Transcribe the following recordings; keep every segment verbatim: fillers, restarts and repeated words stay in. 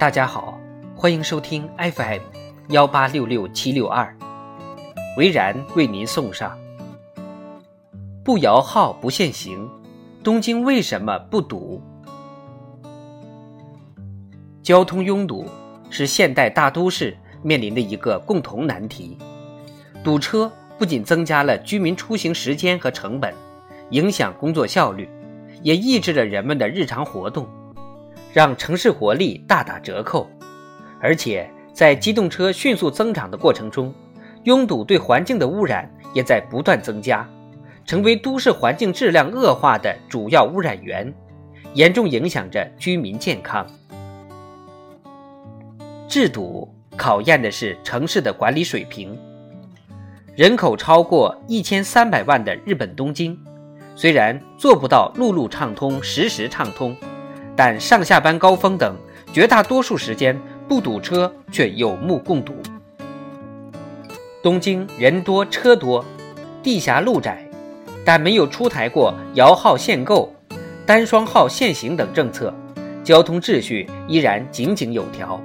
大家好，欢迎收听 F M 一八六六七六二，维然为您送上不摇号不限行，东京为什么不堵？交通拥堵是现代大都市面临的一个共同难题。堵车不仅增加了居民出行时间和成本，影响工作效率，也抑制了人们的日常活动，让城市活力大打折扣。而且在机动车迅速增长的过程中，拥堵对环境的污染也在不断增加，成为都市环境质量恶化的主要污染源，严重影响着居民健康。治堵考验的是城市的管理水平。人口超过一千三百万的日本东京，虽然做不到路路畅通、时时畅通，但上下班高峰等绝大多数时间不堵车却有目共睹。东京人多车多，地狭路窄，但没有出台过摇号限购、单双号限行等政策，交通秩序依然井井有条。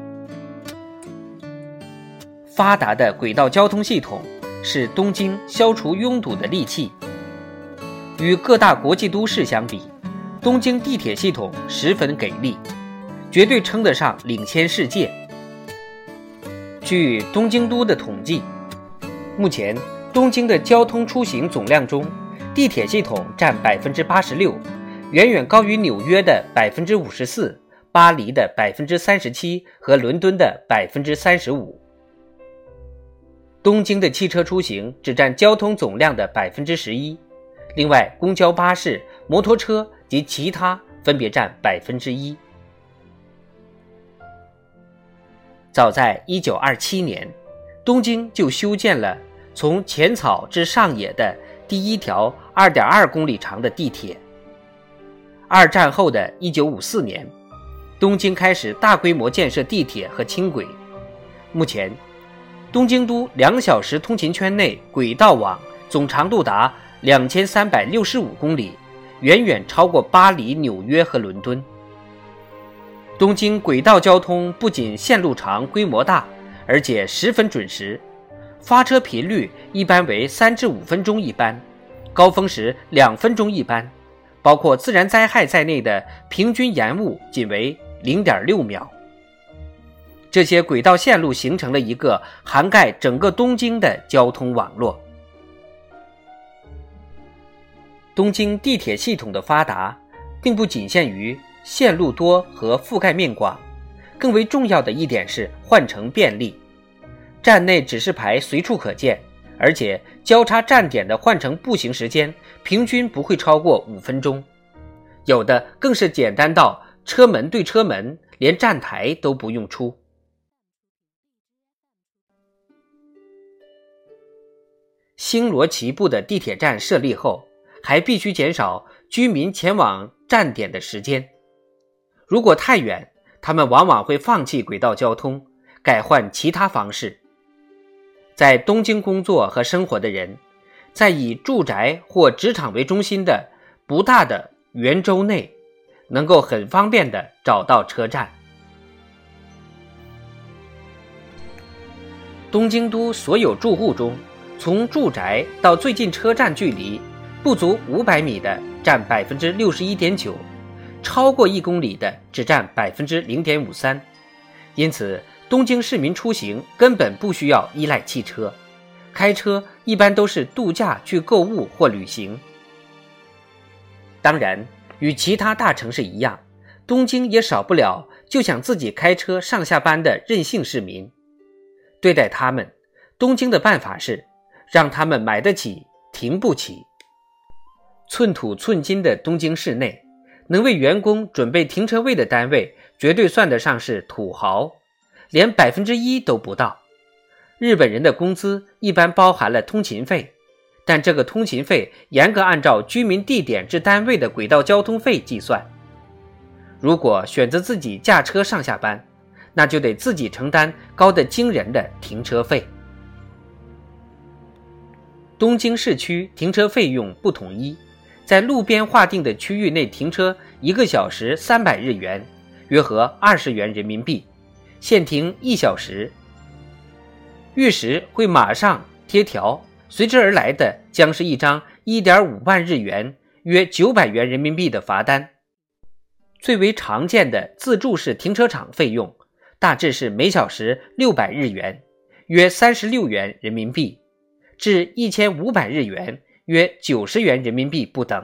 发达的轨道交通系统是东京消除拥堵的利器。与各大国际都市相比，东京地铁系统十分给力，绝对称得上领先世界。据东京都的统计，目前东京的交通出行总量中，地铁系统占 百分之八十六， 远远高于纽约的 百分之五十四， 巴黎的 百分之三十七 和伦敦的 百分之三十五。东京的汽车出行只占交通总量的 百分之十一， 另外公交巴士、摩托车及其他分别占 百分之一。早在一九二七年，东京就修建了从浅草至上野的第一条 二点二公里长的地铁。二战后的一九五四年，东京开始大规模建设地铁和轻轨。目前东京都两小时通勤圈内轨道网总长度达两千三百六十五公里，远远超过巴黎、纽约和伦敦。东京轨道交通不仅线路长、规模大，而且十分准时，发车频率一般为三至五分钟一班，高峰时两分钟一班，包括自然灾害在内的平均延误仅为 零点六秒。这些轨道线路形成了一个涵盖整个东京的交通网络。东京地铁系统的发达并不仅限于线路多和覆盖面广，更为重要的一点是换乘便利。站内指示牌随处可见，而且交叉站点的换乘步行时间平均不会超过五分钟，有的更是简单到车门对车门，连站台都不用出。星罗棋布的地铁站设立后，还必须减少居民前往站点的时间。如果太远，他们往往会放弃轨道交通，改换其他方式。在东京工作和生活的人，在以住宅或职场为中心的不大的圆周内，能够很方便地找到车站。东京都所有住户中，从住宅到最近车站距离不足五百米的占 百分之六十一点九， 超过一公里的只占 百分之零点五三。 因此东京市民出行根本不需要依赖汽车，开车一般都是度假去购物或旅行。当然与其他大城市一样，东京也少不了就想自己开车上下班的任性市民。对待他们，东京的办法是让他们买得起停不起。寸土寸金的东京市内，能为员工准备停车位的单位绝对算得上是土豪，连百分之一都不到。日本人的工资一般包含了通勤费，但这个通勤费严格按照居民地点至单位的轨道交通费计算。如果选择自己驾车上下班，那就得自己承担高得惊人的停车费。东京市区停车费用不统一，在路边划定的区域内停车一个小时三百日元，约合二十元人民币， 限停一小时。遇时会马上贴条，随之而来的将是一张 一点五万日元约九百元人民币的罚单。最为常见的自助式停车场费用大致是每小时六百日元约三十六元人民币至一千五百日元约九十元人民币不等。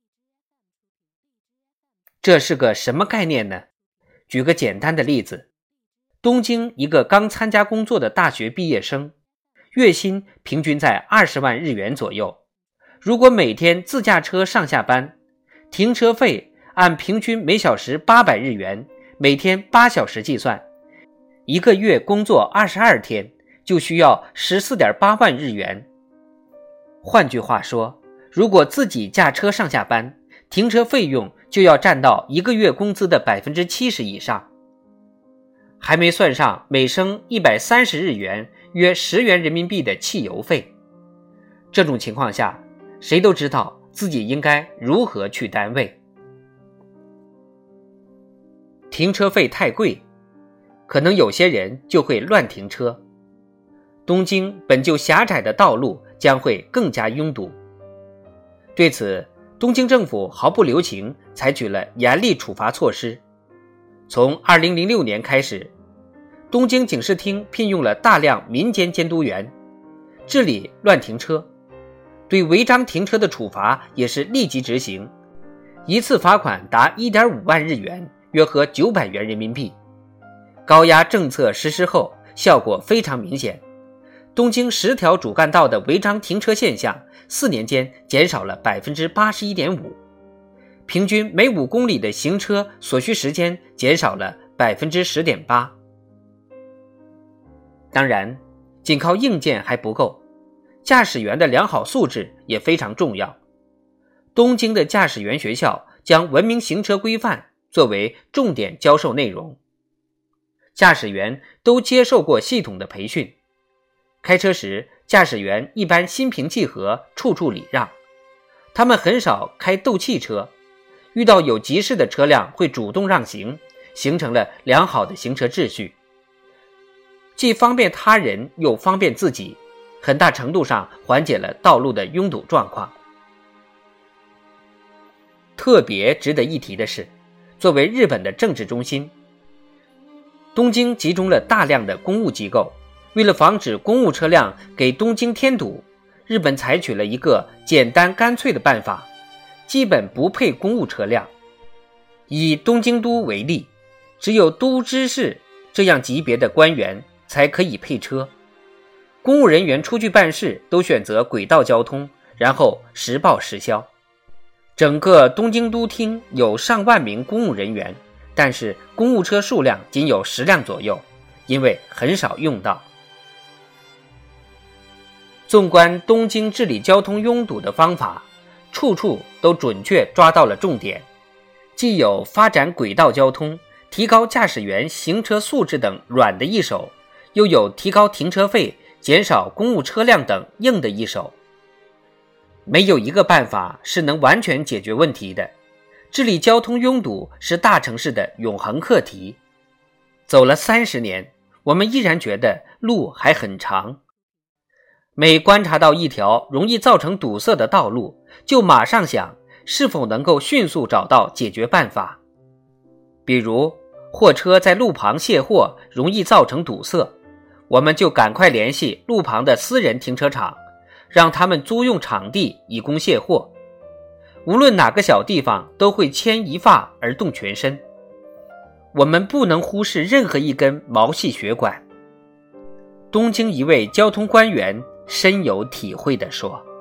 这是个什么概念呢？举个简单的例子，东京一个刚参加工作的大学毕业生，月薪平均在二十万日元左右。如果每天自驾车上下班，停车费按平均每小时八百日元，每天八小时计算，一个月工作二十二天，就需要 十四点八万日元。换句话说，如果自己驾车上下班，停车费用就要占到一个月工资的 百分之七十 以上。还没算上每升一百三十日元约十元人民币的汽油费。这种情况下，谁都知道自己应该如何去单位。停车费太贵，可能有些人就会乱停车。东京本就狭窄的道路将会更加拥堵。对此，东京政府毫不留情，采取了严厉处罚措施。从二零零六年开始，东京警视厅聘用了大量民间监督员，治理乱停车。对违章停车的处罚也是立即执行，一次罚款达 一点五万日元，约合九百元人民币。高压政策实施后，效果非常明显。东京十条主干道的违章停车现象，四年间减少了 百分之八十一点五， 平均每五公里的行车所需时间减少了 百分之十点八。当然，仅靠硬件还不够，驾驶员的良好素质也非常重要。东京的驾驶员学校将文明行车规范作为重点教授内容，驾驶员都接受过系统的培训。开车时，驾驶员一般心平气和，处处礼让。他们很少开斗气车，遇到有急事的车辆会主动让行，形成了良好的行车秩序，既方便他人又方便自己，很大程度上缓解了道路的拥堵状况。特别值得一提的是，作为日本的政治中心，东京集中了大量的公务机构。为了防止公务车辆给东京添堵，日本采取了一个简单干脆的办法，基本不配公务车辆。以东京都为例，只有都知事这样级别的官员才可以配车。公务人员出去办事都选择轨道交通，然后实报实销。整个东京都厅有上万名公务人员，但是公务车数量仅有十辆左右，因为很少用到。纵观东京治理交通拥堵的方法，处处都准确抓到了重点，既有发展轨道交通、提高驾驶员行车素质等软的一手，又有提高停车费、减少公务车辆等硬的一手。没有一个办法是能完全解决问题的，治理交通拥堵是大城市的永恒课题。走了三十年，我们依然觉得路还很长。每观察到一条容易造成堵塞的道路，就马上想是否能够迅速找到解决办法。比如货车在路旁卸货容易造成堵塞，我们就赶快联系路旁的私人停车场，让他们租用场地以供卸货。无论哪个小地方都会牵一发而动全身，我们不能忽视任何一根毛细血管。东京一位交通官员深有体会地说。